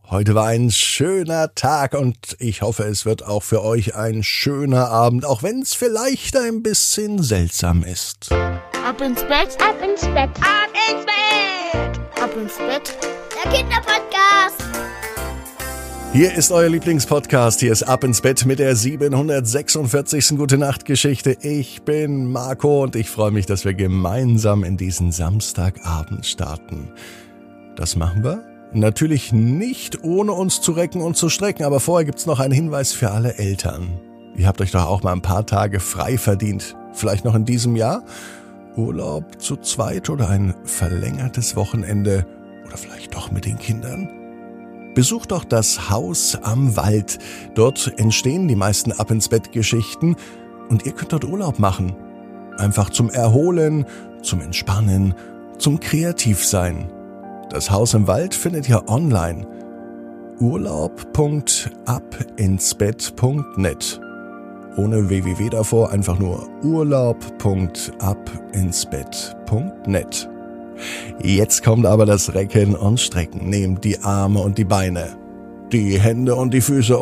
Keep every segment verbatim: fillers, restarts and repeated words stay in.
Heute war ein schöner Tag und ich hoffe, es wird auch für euch ein schöner Abend, auch wenn es vielleicht ein bisschen seltsam ist. Ab ins Bett, ab ins Bett, ab ins Bett, ab ins Bett, der Kinderpodcast. Hier ist euer Lieblingspodcast, hier ist Ab ins Bett mit der siebenhundertsechsundvierzigsten Gute-Nacht-Geschichte. Ich bin Marco und ich freue mich, dass wir gemeinsam in diesen Samstagabend starten. Das machen wir natürlich nicht, ohne uns zu recken und zu strecken, aber vorher gibt's noch einen Hinweis für alle Eltern. Ihr habt euch doch auch mal ein paar Tage frei verdient, vielleicht noch in diesem Jahr. Urlaub zu zweit oder ein verlängertes Wochenende oder vielleicht doch mit den Kindern. Besucht doch das Haus am Wald. Dort entstehen die meisten Ab-ins-Bett-Geschichten und ihr könnt dort Urlaub machen. Einfach zum Erholen, zum Entspannen, zum Kreativsein. Das Haus im Wald findet ihr online. urlaub punkt ab ins bett punkt net. Ohne www davor, einfach nur urlaub punkt ab ins bett punkt net. Jetzt kommt aber das Recken und Strecken. Nehmt die Arme und die Beine, die Hände und die Füße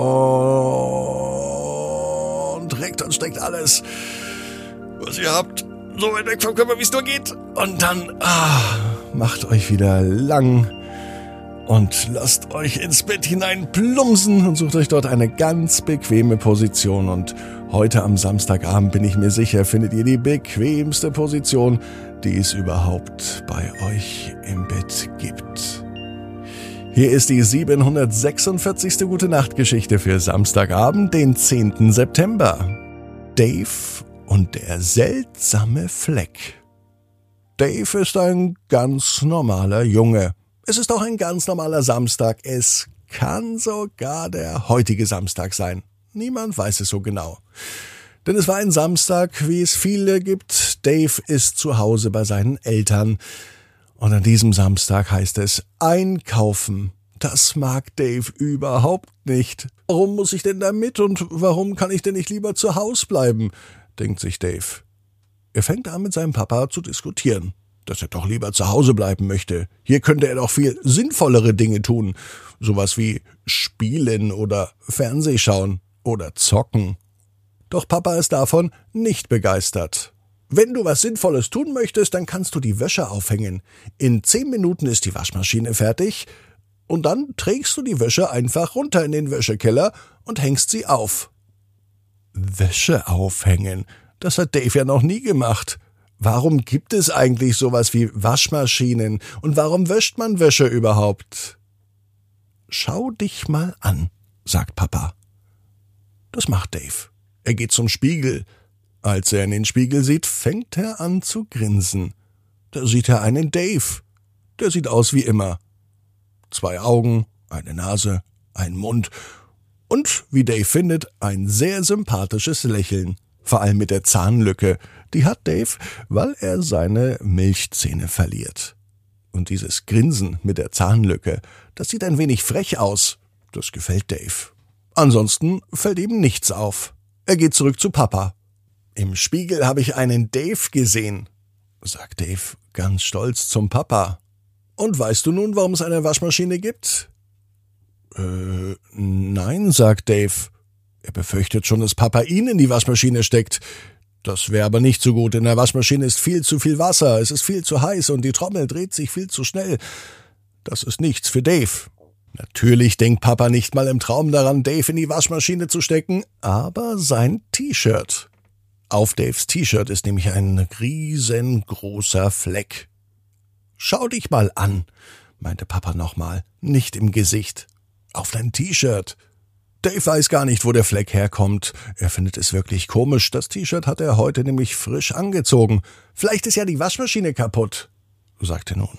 und reckt und streckt alles, was ihr habt, so weit weg vom Körper, wie es nur geht. Und dann ah, macht euch wieder lang und lasst euch ins Bett hinein plumpsen und sucht euch dort eine ganz bequeme Position. Und heute am Samstagabend, bin ich mir sicher, findet ihr die bequemste Position, die es überhaupt bei euch im Bett gibt. Hier ist die siebenhundertsechsundvierzigste Gute-Nacht-Geschichte für Samstagabend, den zehnten September. Dave und der seltsame Fleck. Dave ist ein ganz normaler Junge. Es ist auch ein ganz normaler Samstag. Es kann sogar der heutige Samstag sein. Niemand weiß es so genau. Denn es war ein Samstag, wie es viele gibt. Dave ist zu Hause bei seinen Eltern. Und an diesem Samstag heißt es einkaufen. Das mag Dave überhaupt nicht. Warum muss ich denn da mit und warum kann ich denn nicht lieber zu Hause bleiben? Denkt sich Dave. Er fängt an, mit seinem Papa zu diskutieren, dass er doch lieber zu Hause bleiben möchte. Hier könnte er doch viel sinnvollere Dinge tun. Sowas wie spielen oder Fernseh schauen oder zocken. Doch Papa ist davon nicht begeistert. Wenn du was Sinnvolles tun möchtest, dann kannst du die Wäsche aufhängen. In zehn Minuten ist die Waschmaschine fertig und dann trägst du die Wäsche einfach runter in den Wäschekeller und hängst sie auf. Wäsche aufhängen, das hat Dave ja noch nie gemacht. Warum gibt es eigentlich sowas wie Waschmaschinen und warum wäscht man Wäsche überhaupt? Schau dich mal an, sagt Papa. Das macht Dave. Er geht zum Spiegel. Als er in den Spiegel sieht, fängt er an zu grinsen. Da sieht er einen Dave. Der sieht aus wie immer. Zwei Augen, eine Nase, ein Mund und, wie Dave findet, ein sehr sympathisches Lächeln. Vor allem mit der Zahnlücke. Die hat Dave, weil er seine Milchzähne verliert. Und dieses Grinsen mit der Zahnlücke, das sieht ein wenig frech aus. Das gefällt Dave. Ansonsten fällt ihm nichts auf. Er geht zurück zu Papa. Im Spiegel habe ich einen Dave gesehen, sagt Dave ganz stolz zum Papa. Und weißt du nun, warum es eine Waschmaschine gibt? Äh, nein, sagt Dave. Er befürchtet schon, dass Papa ihn in die Waschmaschine steckt. Das wäre aber nicht so gut. In der Waschmaschine ist viel zu viel Wasser, es ist viel zu heiß und die Trommel dreht sich viel zu schnell. Das ist nichts für Dave. Natürlich denkt Papa nicht mal im Traum daran, Dave in die Waschmaschine zu stecken, aber sein T-Shirt. Auf Daves T-Shirt ist nämlich ein riesengroßer Fleck. Schau dich mal an, meinte Papa nochmal, nicht im Gesicht. Auf dein T-Shirt. Dave weiß gar nicht, wo der Fleck herkommt. Er findet es wirklich komisch. Das T-Shirt hat er heute nämlich frisch angezogen. Vielleicht ist ja die Waschmaschine kaputt, sagte er nun.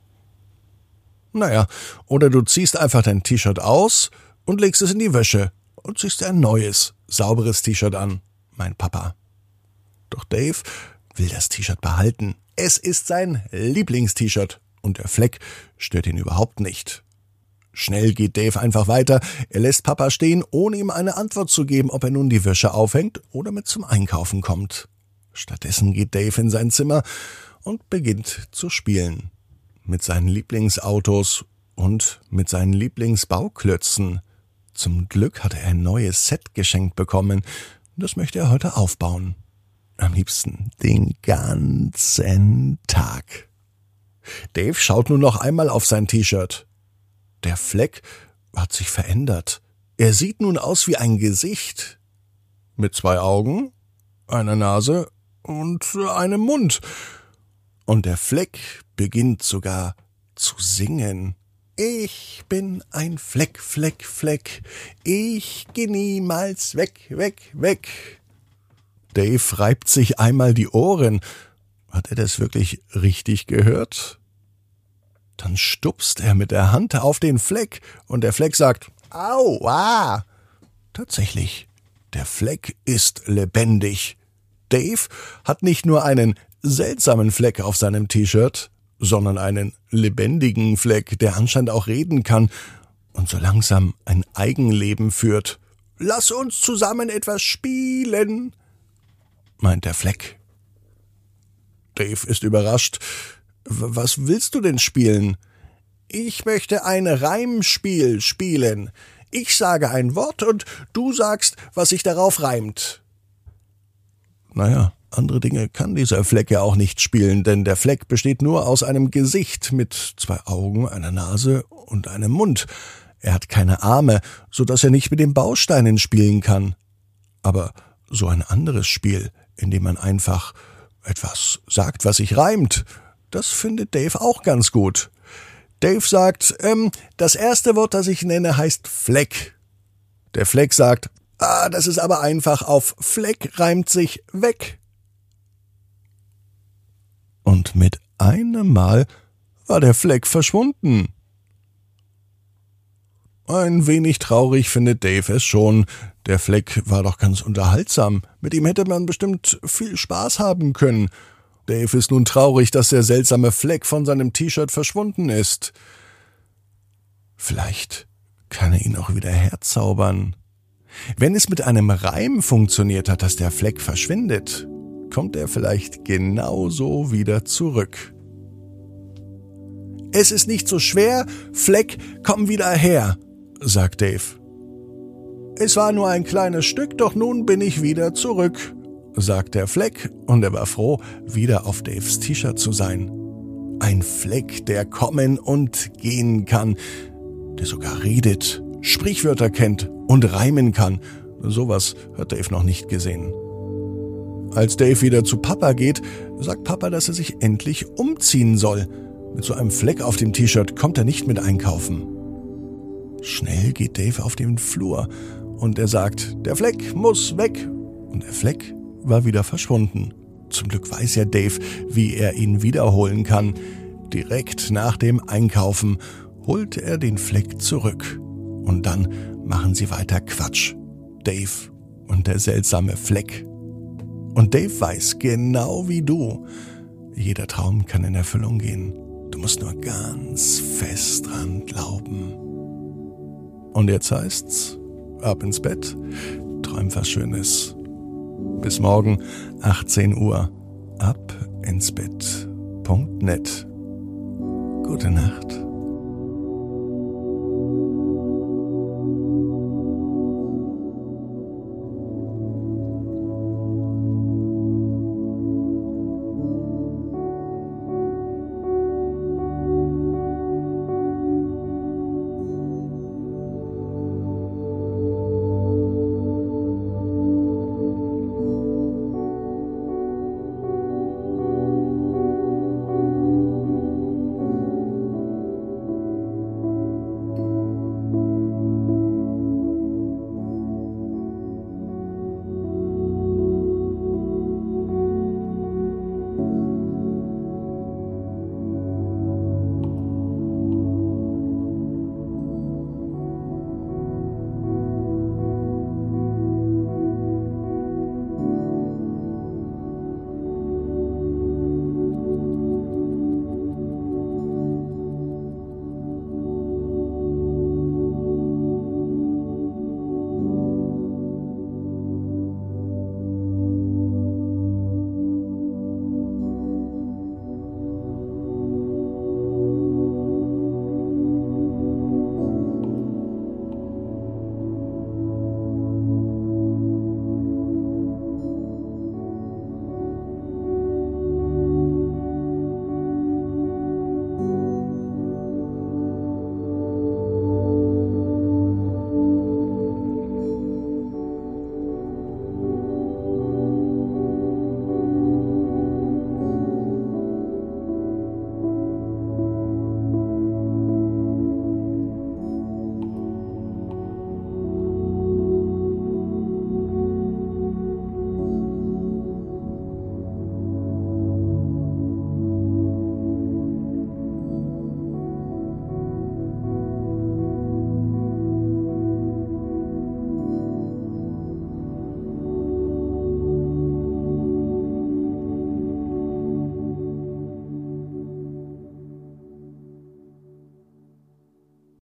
Naja, oder du ziehst einfach dein T-Shirt aus und legst es in die Wäsche und ziehst dir ein neues, sauberes T-Shirt an, meint Papa. Doch Dave will das T-Shirt behalten. Es ist sein Lieblings-T-Shirt und der Fleck stört ihn überhaupt nicht. Schnell geht Dave einfach weiter. Er lässt Papa stehen, ohne ihm eine Antwort zu geben, ob er nun die Wäsche aufhängt oder mit zum Einkaufen kommt. Stattdessen geht Dave in sein Zimmer und beginnt zu spielen. Mit seinen Lieblingsautos und mit seinen Lieblingsbauklötzen. Zum Glück hat er ein neues Set geschenkt bekommen. Das möchte er heute aufbauen. Am liebsten den ganzen Tag. Dave schaut nun noch einmal auf sein T-Shirt. Der Fleck hat sich verändert. Er sieht nun aus wie ein Gesicht. Mit zwei Augen, einer Nase und einem Mund. Und der Fleck beginnt sogar zu singen. Ich bin ein Fleck, Fleck, Fleck. Ich geh niemals weg, weg, weg. Dave reibt sich einmal die Ohren. Hat er das wirklich richtig gehört? Dann stupst er mit der Hand auf den Fleck und der Fleck sagt, aua! Tatsächlich, der Fleck ist lebendig. Dave hat nicht nur einen seltsamen Fleck auf seinem T-Shirt, sondern einen lebendigen Fleck, der anscheinend auch reden kann und so langsam ein Eigenleben führt. Lass uns zusammen etwas spielen, meint der Fleck. Dave ist überrascht. Was willst du denn spielen? Ich möchte ein Reimspiel spielen. Ich sage ein Wort und du sagst, was sich darauf reimt. Naja, andere Dinge kann dieser Fleck ja auch nicht spielen, denn der Fleck besteht nur aus einem Gesicht mit zwei Augen, einer Nase und einem Mund. Er hat keine Arme, so dass er nicht mit den Bausteinen spielen kann. Aber so ein anderes Spiel, in dem man einfach etwas sagt, was sich reimt, das findet Dave auch ganz gut. Dave sagt, ähm, das erste Wort, das ich nenne, heißt Fleck. Der Fleck sagt, ah, das ist aber einfach, auf Fleck reimt sich weg. Und mit einem Mal war der Fleck verschwunden. Ein wenig traurig findet Dave es schon. Der Fleck war doch ganz unterhaltsam. Mit ihm hätte man bestimmt viel Spaß haben können. Dave ist nun traurig, dass der seltsame Fleck von seinem T-Shirt verschwunden ist. Vielleicht kann er ihn auch wieder herzaubern. Wenn es mit einem Reim funktioniert hat, dass der Fleck verschwindet, kommt er vielleicht genauso wieder zurück. Es ist nicht so schwer, Fleck, komm wieder her, sagt Dave. Es war nur ein kleines Stück, doch nun bin ich wieder zurück, sagt der Fleck, und er war froh, wieder auf Daves T-Shirt zu sein. Ein Fleck, der kommen und gehen kann, der sogar redet, Sprichwörter kennt und reimen kann. Sowas hat Dave noch nicht gesehen. Als Dave wieder zu Papa geht, sagt Papa, dass er sich endlich umziehen soll. Mit so einem Fleck auf dem T-Shirt kommt er nicht mit einkaufen. Schnell geht Dave auf den Flur und er sagt, der Fleck muss weg. Und der Fleck war wieder verschwunden. Zum Glück weiß ja Dave, wie er ihn wiederholen kann. Direkt nach dem Einkaufen holt er den Fleck zurück. Und dann machen sie weiter Quatsch. Dave und der seltsame Fleck. Und Dave weiß, genau wie du, jeder Traum kann in Erfüllung gehen. Du musst nur ganz fest dran glauben. Und jetzt heißt's, ab ins Bett, träum was Schönes. Bis morgen, achtzehn Uhr, ab ins Bett Punkt net. Gute Nacht.